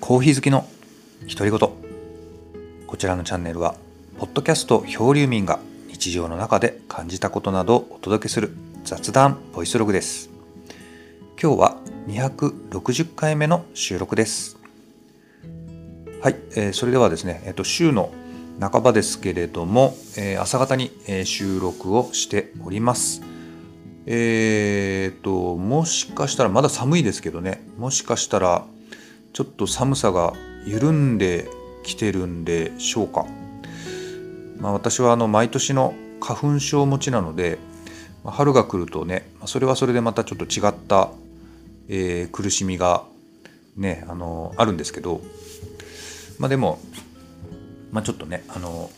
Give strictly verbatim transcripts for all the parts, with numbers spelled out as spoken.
コーヒー好きの独り言。こちらのチャンネルはポッドキャスト漂流民が日常の中で感じたことなどをお届けする雑談ボイスログです。今日はにひゃくろくじゅっかいめの収録です。はい、えー、それではですね、えー、と週の半ばですけれども、えー、朝方に、えー、収録をしております。えーともしかしたらまだ寒いですけどね、もしかしたらちょっと寒さが緩んできてるんでしょうか。まあ、私はあの毎年の花粉症持ちなので、春が来るとね、それはそれでまたちょっと違った、えー、苦しみがね、あのあるんですけど、まあでも、まあ、ちょっとね、あの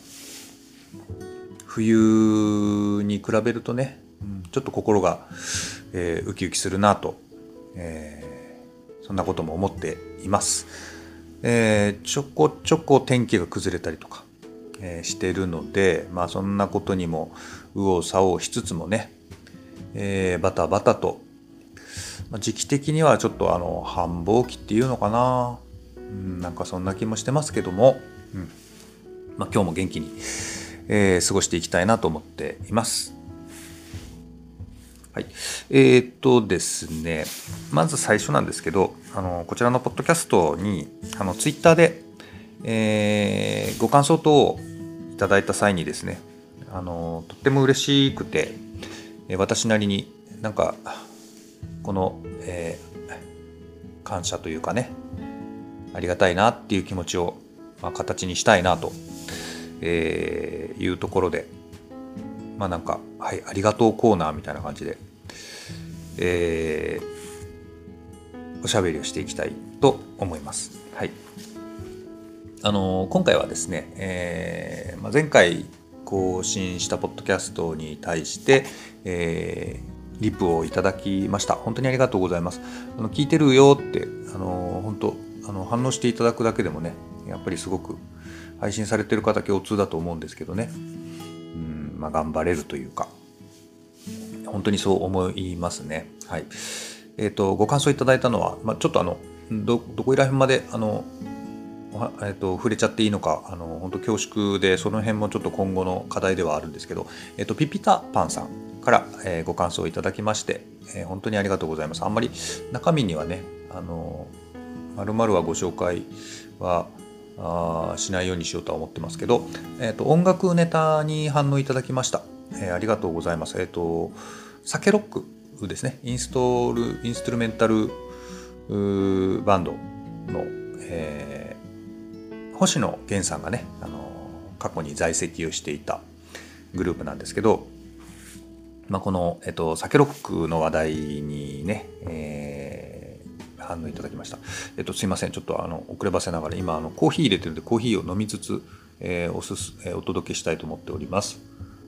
冬に比べるとね、ちょっと心が、えー、ウキウキするなと、えー、そんなことも思っています。えー、ちょこちょこ天気が崩れたりとか、えー、してるので、まあそんなことにも右往左往しつつもね、えー、バタバタと、まあ、時期的にはちょっとあの繁忙期っていうのかな、うん、なんかそんな気もしてますけども、うんまあ、今日も元気に、えー、過ごしていきたいなと思っています。はい、えー、っとですね、まず最初なんですけど、あのこちらのポッドキャストにあのツイッターで、えー、ご感想等をいただいた際にですね、あのとっても嬉しくて、私なりになんかこの、えー、感謝というかね、ありがたいなっていう気持ちを、まあ、形にしたいなと、えー、いうところで、まあなんか、はい、ありがとうコーナーみたいな感じで、えー、おしゃべりをしていきたいと思います。はい。あのー、今回はですね、えーまあ、前回更新したポッドキャストに対して、えー、リプをいただきました。本当にありがとうございます。あの聞いてるよって、あのー、本当あの反応していただくだけでもね、やっぱりすごく配信されてる方共通だと思うんですけどね、うんまあ、頑張れるというか、本当にそう思いますね。はい。えっとご感想いただいたのは、まあ、ちょっとあの ど, どこいら辺まであの、えっと触れちゃっていいのか、あの本当恐縮で、その辺もちょっと今後の課題ではあるんですけど、えっとピピタパンさんから、えー、ご感想いただきまして、えー、本当にありがとうございます。あんまり中身にはね、あの丸々はご紹介はあしないようにしようとは思ってますけど、えっと音楽ネタに反応いただきました。えー、ありがとうございます。えっとサケロックですね、インストールインストゥルメンタルバンドの、えー、星野源さんがね、あの過去に在籍をしていたグループなんですけど、まあ、この、えっと、サケロックの話題にね、えー、反応いただきました。えっと、すいません、ちょっとあの遅ればせながら今あのコーヒー入れてるんで、コーヒーを飲みつつ、えー、おすす、えー、お届けしたいと思っております。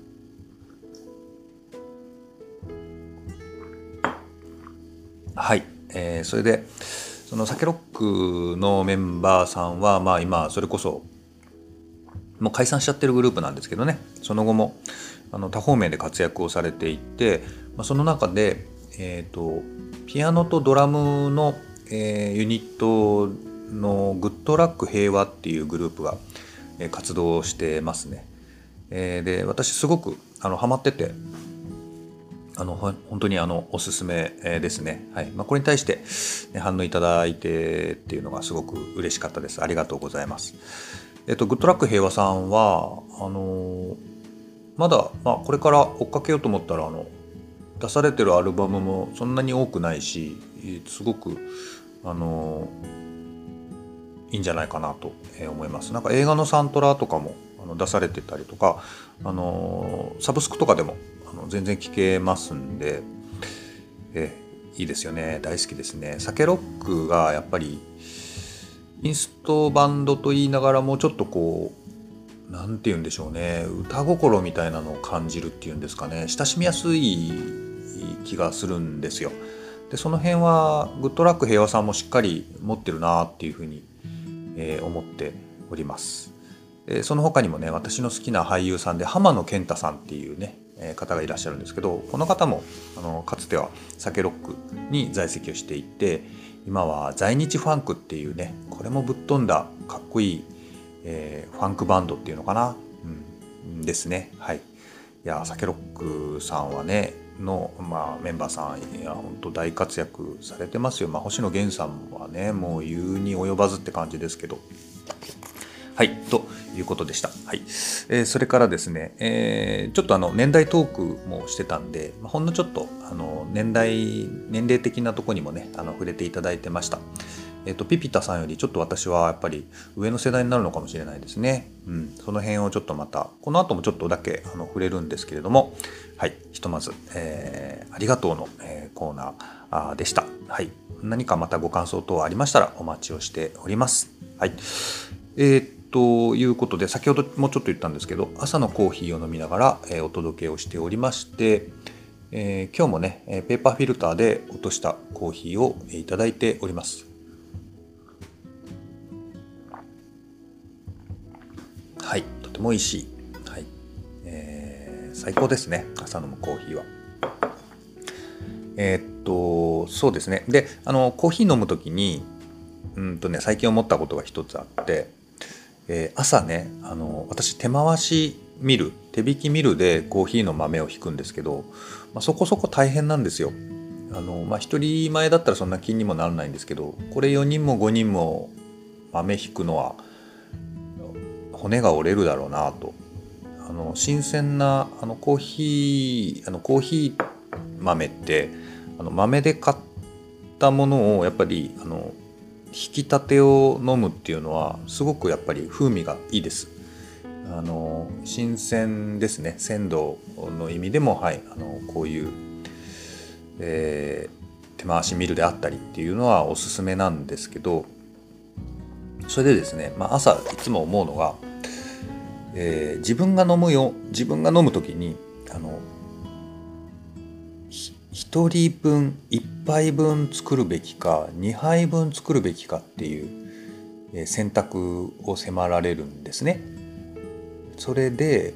はい、えー、それでそのサケロックのメンバーさんは、まあ、今それこそもう解散しちゃってるグループなんですけどね、その後もあの多方面で活躍をされていて、まあ、その中で、えーと、ピアノとドラムの、えー、ユニットのグッドラック平和っていうグループが、えー、活動してますね。えー、で私すごくあのハマってて、あの本当にあのおすすめですね。はい。まあ、これに対して、ね、反応いただいてっていうのがすごく嬉しかったです。ありがとうございます。えっとグッドラック平和さんはあのまだ、まあ、これから追っかけようと思ったら、あの出されてるアルバムもそんなに多くないし、すごくあのいいんじゃないかなと思います。なんか映画のサントラとかもあの出されてたりとか、あのサブスクとかでもあの全然聴けますんで、えいいですよね。大好きですね。サケロックがやっぱりインストバンドと言いながらもちょっとこうなんて言うんでしょうね、歌心みたいなのを感じるっていうんですかね、親しみやすい気がするんですよ。でその辺はグッドラック平和さんもしっかり持ってるなっていうふうに、えー、思っております。でその他にもね、私の好きな俳優さんで浜野健太さんっていうね、えー、方がいらっしゃるんですけど、この方もあのかつてはサケロックに在籍をしていて、 今は在日ファンクっていうね、これもぶっ飛んだかっこいい、えーファンクバンドっていうのかな、うん、ですね。はい。いやサケロックさんはねの、まあ、メンバーさんいや本当大活躍されてますよ。まあ、星野源さんはねもう言うに及ばずって感じですけど。はい、ということでした。はい、えーそれからですね、えーちょっとあの年代トークもしてたんで、まあほんのちょっとあの年代年齢的なところにもねあの触れていただいてました。えっとピピタさんよりちょっと私はやっぱり上の世代になるのかもしれないですね。うん、その辺をちょっとまたこの後もちょっとだけあの触れるんですけれども、はい、ひとまず、えーありがとうの、えーコーナーあーでした。はい、何かまたご感想等ありましたらお待ちをしております。はい。えーということで先ほどもちょっと言ったんですけど朝のコーヒーを飲みながら、えーお届けをしておりまして、えー今日もねえーペーパーフィルターで落としたコーヒーをえーいただいております。はい、とても美味しい、はいえー最高ですね朝飲むコーヒーは。えーっとそうですね。であのコーヒー飲む時にうんとね最近思ったことが一つあって、えー朝ねあの私手回しミル手引きミルでコーヒーの豆をひくんですけど、まあ、そこそこ大変なんですよ。あのまあ一人前だったらそんな気にもならないんですけど、これよにんもごにんも豆ひくのは骨が折れるだろうなと。あの新鮮なあのコーヒーあのコーヒー豆ってあの豆で買ったものをやっぱりあの引き立てを飲むっていうのはすごくやっぱり風味がいいです。あの新鮮ですね。鮮度の意味でも、はい、あのこういう、えー手回しミルであったりっていうのはおすすめなんですけど、それでですね、まあ、朝いつも思うのが、えー自分が飲むよ自分が飲む時にあのひ一人分一杯分作るべきか二杯分作るべきかっていうえー選択を迫られるんですね。それで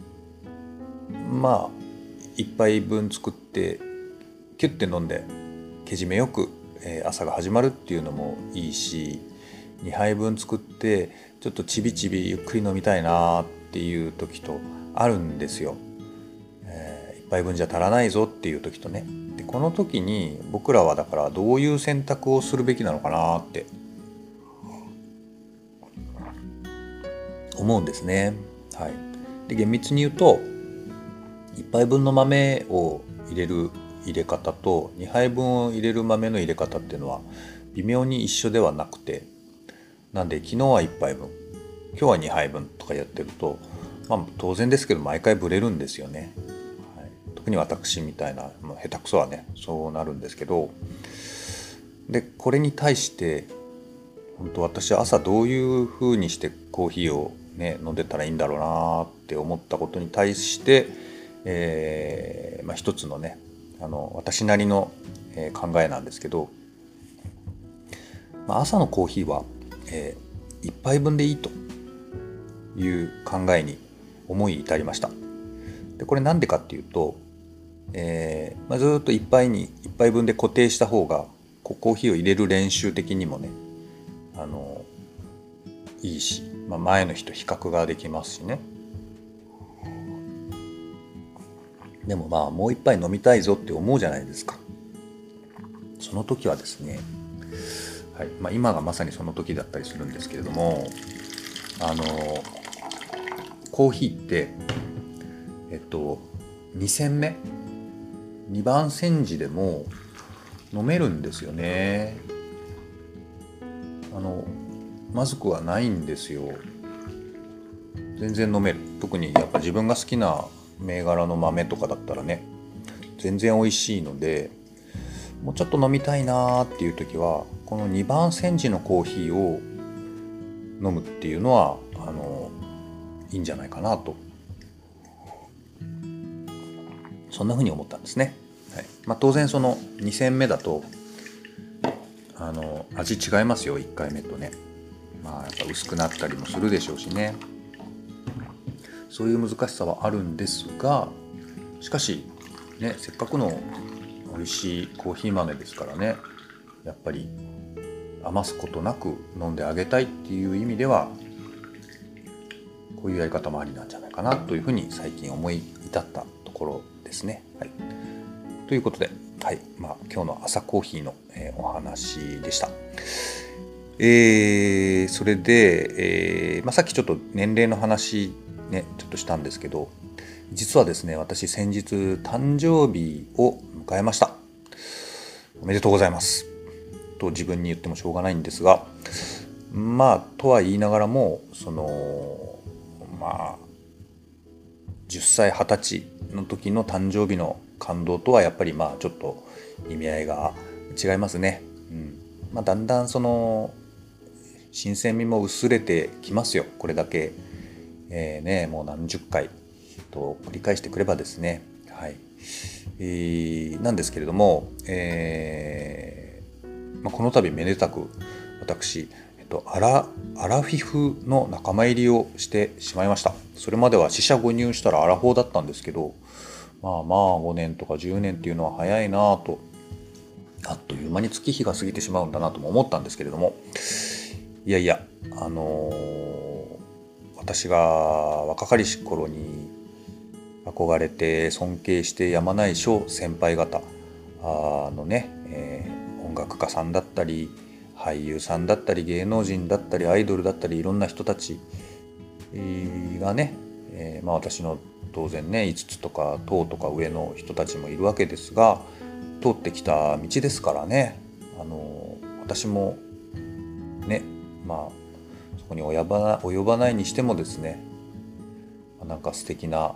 まあ一杯分作ってキュッて飲んでけじめよく、えー朝が始まるっていうのもいいし、にはいぶん作ってちょっとちびちびゆっくり飲みたいなっていう時とあるんですよ。えー、いっぱいぶんじゃ足らないぞっていう時とね。でこの時に僕らはだからどういう選択をするべきなのかなって思うんですね。はい、で厳密に言うといっぱいぶんの豆を入れる入れ方とにはいぶんを入れる豆の入れ方っていうのは微妙に一緒ではなくて、なんで昨日はいっぱいぶん今日はにはいぶんとかやってると、まあ、当然ですけど毎回ブレるんですよね。はい、特に私みたいな、まあ、下手くそはねそうなるんですけど、でこれに対して本当私朝どういう風にしてコーヒーをね飲んでたらいいんだろうなって思ったことに対して、えーまあ、一つのねあの私なりのえー考えなんですけど、まあ、朝のコーヒーは、えー、いっぱいぶんでいいという考えに思い至りました。でこれなんでかっていうと、えーまあ、ずっといっぱいにいっぱいぶんで固定した方がこうコーヒーを入れる練習的にもねあのいいし、まあ、前の日と比較ができますしね。でもまあもう一杯飲みたいぞって思うじゃないですか。その時はですね、はいまあ、今がまさにその時だったりするんですけれども、あのコーヒーってえっとに煎目にばん煎じでも飲めるんですよね。あのまずくはないんですよ。全然飲める。特にやっぱ自分が好きな銘柄の豆とかだったらね全然美味しいので、もうちょっと飲みたいなーっていう時はこのにばん煎じのコーヒーを飲むっていうのはあのいいんじゃないかなと、そんな風に思ったんですね。はいまあ、当然そのに煎目だとあの味違いますよ。いっかいめとね、まあやっぱ薄くなったりもするでしょうしね。そういう難しさはあるんですが、しかしねせっかくの美味しいコーヒー豆ですからね、やっぱり余すことなく飲んであげたいっていう意味ではこういうやり方もありなんじゃないかなというふうに最近思い至ったところですね。はい、ということで、はいまあ、今日の朝コーヒーの、えー、お話でした。えー、それで、えーまあ、さっきちょっと年齢の話ねちょっとしたんですけど、実はですね私先日誕生日を迎えました。おめでとうございますと自分に言ってもしょうがないんですが、まあとは言いながらもそのまあじゅっさいはたちの時の誕生日の感動とはやっぱりまあちょっと意味合いが違いますね。うんまあ、だんだんその新鮮味も薄れてきますよ。これだけ、えー、ねもう何十回と繰り返してくればですね。はい。えー、なんですけれども、えーまあ、この度めでたく私、えっと、アラアラフィフの仲間入りをしてしまいました。それまでは四捨五入したらアラフォーだったんですけど、まあまあごねんとかじゅうねんっていうのは早いなと、あっという間に月日が過ぎてしまうんだなとも思ったんですけれども、いやいやあのー、私が若かりし頃に憧れて尊敬してやまない諸先輩方のね、えー、音楽家さんだったり俳優さんだったり芸能人だったりアイドルだったりいろんな人たちがね、えーまあ、私の当然ねいつつとかとうとか上の人たちもいるわけですが、通ってきた道ですからね、あの私もねまあそこに及ばな、及ばないにしてもですね、なんか素敵な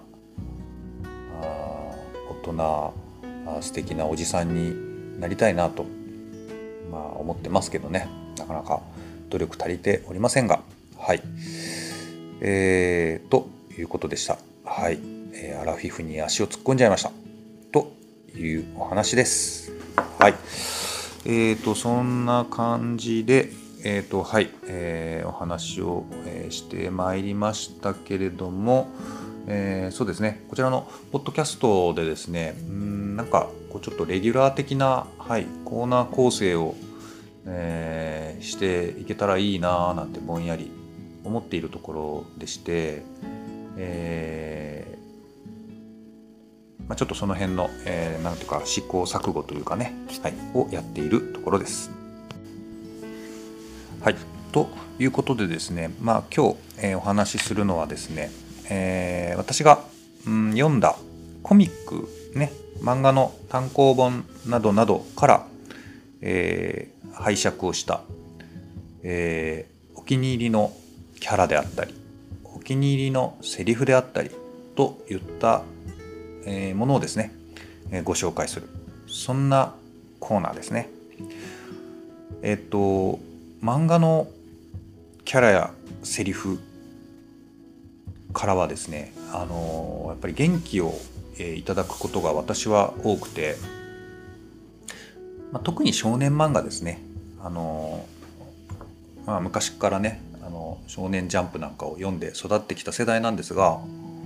大人素敵なおじさんになりたいなと、まあ、思ってますけどね、なかなか努力足りておりませんが、はいえー、ということでした。はい、えー、アラフィフに足を突っ込んじゃいましたというお話です。はい、えーとそんな感じでえーとはいえー、お話を、えー、してまいりましたけれども、えー、そうですね、こちらのポッドキャストでですね、うんなんかこうちょっとレギュラー的な、はい、コーナー構成を、えー、していけたらいいななんてぼんやり思っているところでして、えーまあ、ちょっとその辺の、えー、なんとか試行錯誤というかね、はい、をやっているところです。はい、ということでですね、まあ、今日、えー、お話しするのはですね、えー、私が、うん、読んだコミック、ね、漫画の単行本などなどから、えー、拝借をした、えー、お気に入りのキャラであったりお気に入りのセリフであったりといった、えー、ものをですね、えー、ご紹介する、そんなコーナーですね。えっと漫画のキャラやセリフからはですね、あのー、やっぱり元気を、えー、いただくことが私は多くて、まあ、特に少年漫画ですね。あのーまあ、昔からね、あの少年ジャンプなんかを読んで育ってきた世代なんですが、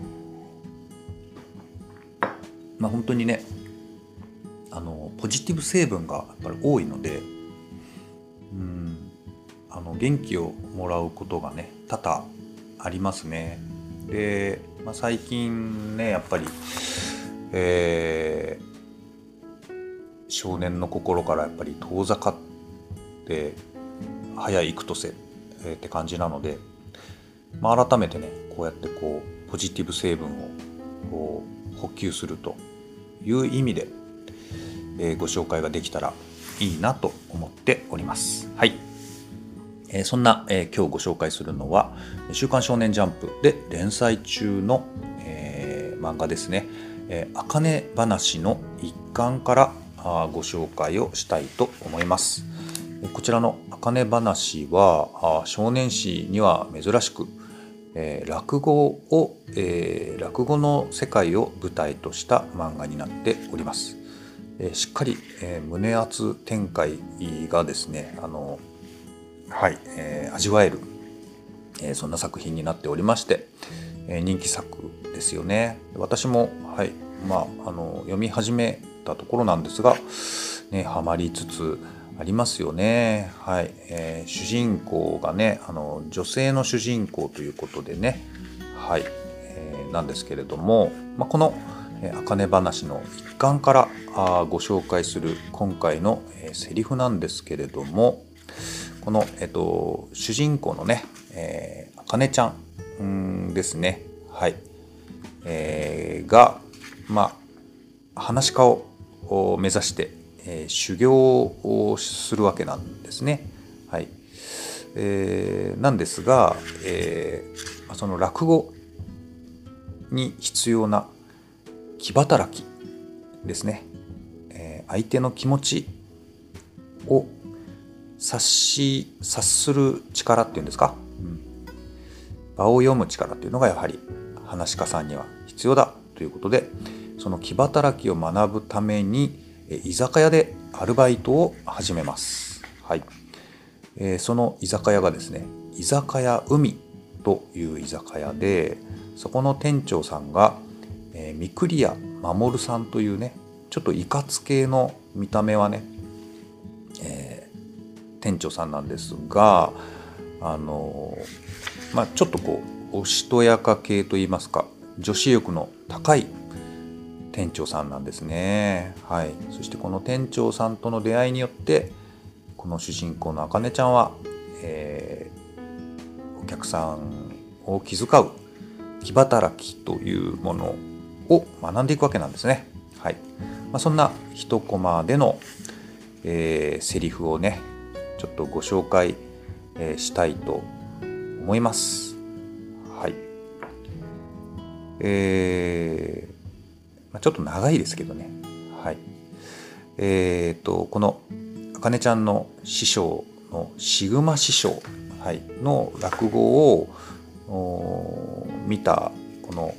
まあ、本当にね、あのポジティブ成分がやっぱり多いので、うんあの元気をもらうことがね多々ありますね。で、まあ、最近ねやっぱり、えー、少年の心からやっぱり遠ざかって早い幾年って感じなので、まあ、改めてねこうやってこうポジティブ成分をこう補給するという意味で、えー、ご紹介ができたらいいなと思っております。はい、えー、そんな、えー、今日ご紹介するのは週刊少年ジャンプで連載中の、えー、漫画ですね。あかね話の一巻からあご紹介をしたいと思います。こちらのあかね話は少年誌には珍しく、えー、落語を、えー、落語の世界を舞台とした漫画になっております。えー、しっかり、えー、胸熱展開がですね、あのはい、えー、味わえる、えー、そんな作品になっておりまして、えー、人気作ですよね。私も、はいまあ、あの読み始めたところなんですが、ね、ハマりつつありますよね。はい、えー主人公がね、あの女性の主人公ということでね、はい、えーなんですけれども、まあ、このえー茜話の一環からあーご紹介する今回の、えーセリフなんですけれども、この、えっと、主人公のね、えー、茜ちゃんうーんですね、はい、えーが、まあ、話し家を目指して、えー修行をするわけなんですね。はい、えーなんですが、えーその落語に必要な気働きですね、えー相手の気持ちを察し察する力っていうんですか、うん、場を読む力っていうのがやはり話し家さんには必要だということで、その気働きを学ぶためにえ居酒屋でアルバイトを始めます。はい、えーその居酒屋がですね、居酒屋海という居酒屋で、そこの店長さんが、えー、三栗屋守さんというね、ちょっといかつ系の見た目はね、えー店長さんなんですが、あのーまあちょっとこうおしとやか系といいますか、女子力の高い店長さんなんですね。はい、そしてこの店長さんとの出会いによって、この主人公の茜ちゃんは、えーお客さんを気遣う気働きというものを学んでいくわけなんですね。はい、まあ、そんな一コマでの、えーセリフをね、ちょっとご紹介、えーしたいと思います。はい、えーまあ、ちょっと長いですけどね。はい、えー、とこの茜ちゃんの師匠のシグマ師匠、はい、の落語をお見たこの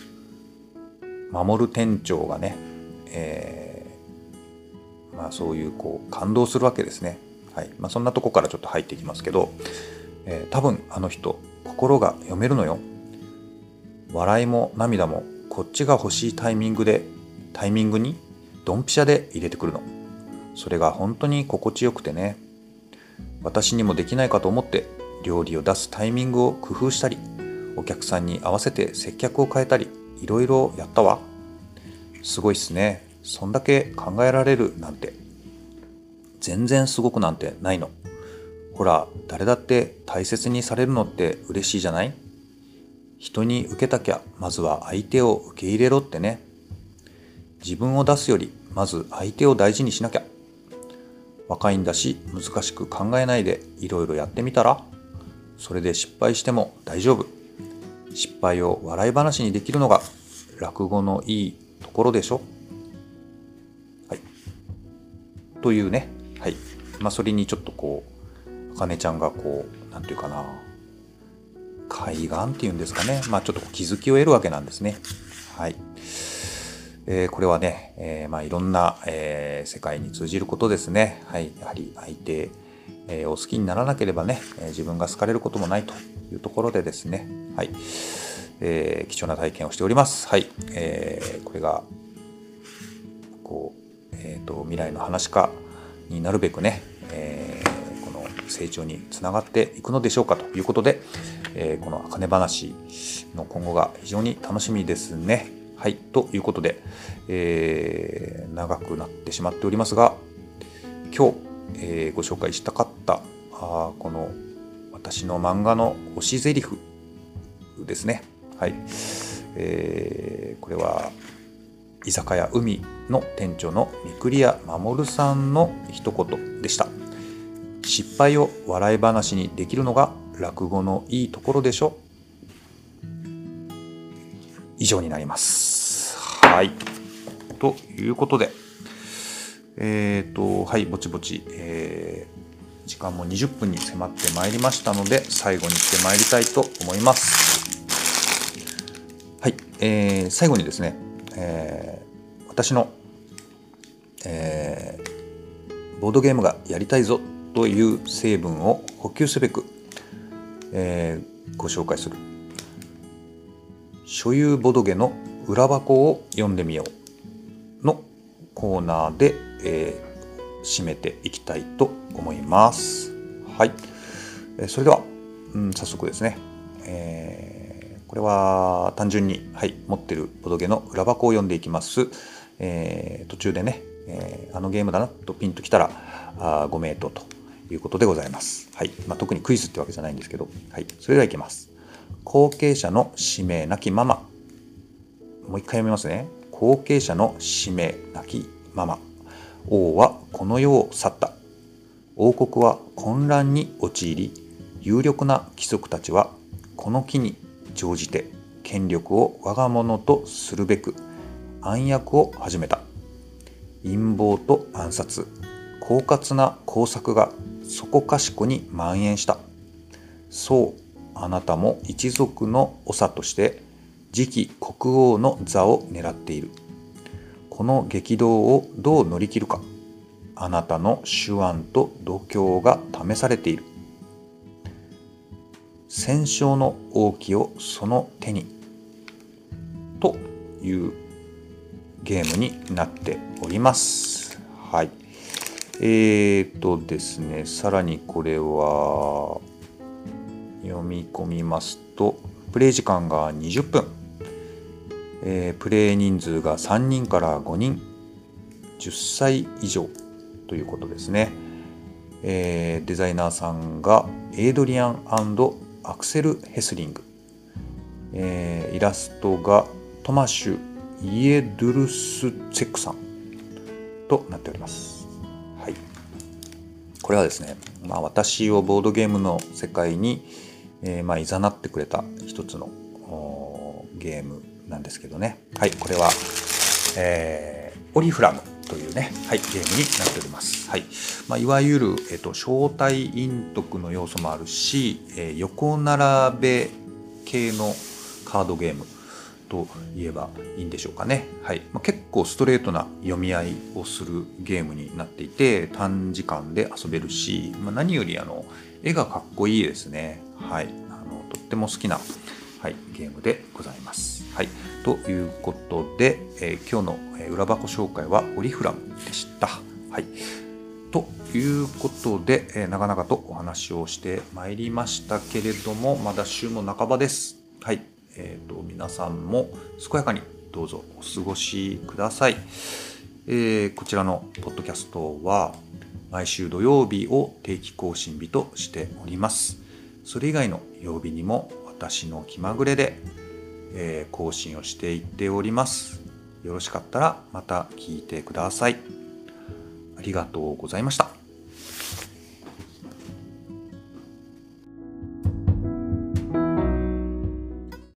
守る店長がね、えーまあ、そういうこう感動するわけですね。はい、まあ、そんなとこからちょっと入っていきますけど、えー多分あの人心が読めるのよ。笑いも涙もこっちが欲しいタイミングでタイミングにドンピシャで入れてくるの。それが本当に心地よくてね、私にもできないかと思って料理を出すタイミングを工夫したり、お客さんに合わせて接客を変えたり、いろいろやったわ。すごいっすね。そんだけ考えられるなんて。全然すごくなんてないの。ほら、誰だって大切にされるのって嬉しいじゃない？人に受けたきゃまずは相手を受け入れろってね。自分を出すよりまず相手を大事にしなきゃ。若いんだし難しく考えないでいろいろやってみたら？それで失敗しても大丈夫。失敗を笑い話にできるのが落語のいいところでしょ。はい、というね、はい、まあそれにちょっとこう茜ちゃんがこうなんていうかな、海岸っていうんですかね、まあちょっと気づきを得るわけなんですね。はい、えーこれはね、えーまあいろんな、えー世界に通じることですね。はい、やはり相手、えーお好きにならなければね、えー自分が好かれることもないというところでですね、はい、えー貴重な体験をしております。はい、えーこれがこう、えーと未来の話し家になるべくね、えーこの成長につながっていくのでしょうかということで、えーこの茜話の今後が非常に楽しみですね。はい、ということで、えー長くなってしまっておりますが、今日、えーご紹介したかったあこの私の漫画の推し台詞ですね。はい、えーこれは居酒屋海の店長の三栗屋守さんの一言でした。失敗を笑い話にできるのが落語のいいところでしょ。以上になります。はい、ということで、えっ、とはいぼちぼち、えー時間もにじゅっぷんに迫ってまいりましたので、最後にしてまいりたいと思います。はい、えー最後にですね、えー私の、えーボードゲームがやりたいぞという成分を補給すべく、えーご紹介する所有ボドゲの裏箱を読んでみようのコーナーで、えー締めていきたいと思います。はい。それでは、うん、早速ですね、えー、これは単純に、はい、持ってるボドゲの裏箱を読んでいきます。えー、途中でね、えー、あのゲームだなとピンときたらあご名答ということでございます。はい。まあ、特にクイズってわけじゃないんですけど、はい。それではいきます。後継者の使命なきママ。もう一回読みますね。後継者の使命なきママ。王はこの世を去った。王国は混乱に陥り、有力な貴族たちはこの機に乗じて権力を我が物とするべく暗躍を始めた。陰謀と暗殺、狡猾な工作がそこかしこに蔓延した。そう、あなたも一族の長として次期国王の座を狙っている。この激動をどう乗り切るか。あなたの手腕と度胸が試されている。戦勝の王旗をその手に。というゲームになっております。はい。えーとですね、さらにこれは読み込みますと、プレイ時間がにじゅっぷん、えー、プレイ人数がさんにんからごにん、じゅっさい以上ということですね。えー、デザイナーさんがエイドリアン&アクセル・ヘスリング、えー、イラストがトマシュ・イエドゥルスチェックさんとなっております。はい、これはですね、まあ、私をボードゲームの世界に、えーまあ、誘ってくれた一つのゲームなんですけどね。はい、これは、えー、オリフラムというね、はい、ゲームになっております。はい。まあ、いわゆる、えっと、招待陰徳の要素もあるし、えー、横並べ系のカードゲームと言えばいいんでしょうかね。はい。まあ、結構ストレートな読み合いをするゲームになっていて、短時間で遊べるし、まあ、何よりあの絵がかっこいいですね。はい。あのとっても好きな、はい、ゲームでございます。はい。ということで、えー、今日の裏箱紹介はオリフラムでした。はい。ということで、えー、長々とお話をしてまいりましたけれども、まだ週の半ばです。はい。えーと、皆さんも健やかにどうぞお過ごしください。えー、こちらのポッドキャストは毎週土曜日を定期更新日としております。それ以外の曜日にも私の気まぐれで、えー、更新をしていっております。よろしかったらまた聞いてください。ありがとうございました。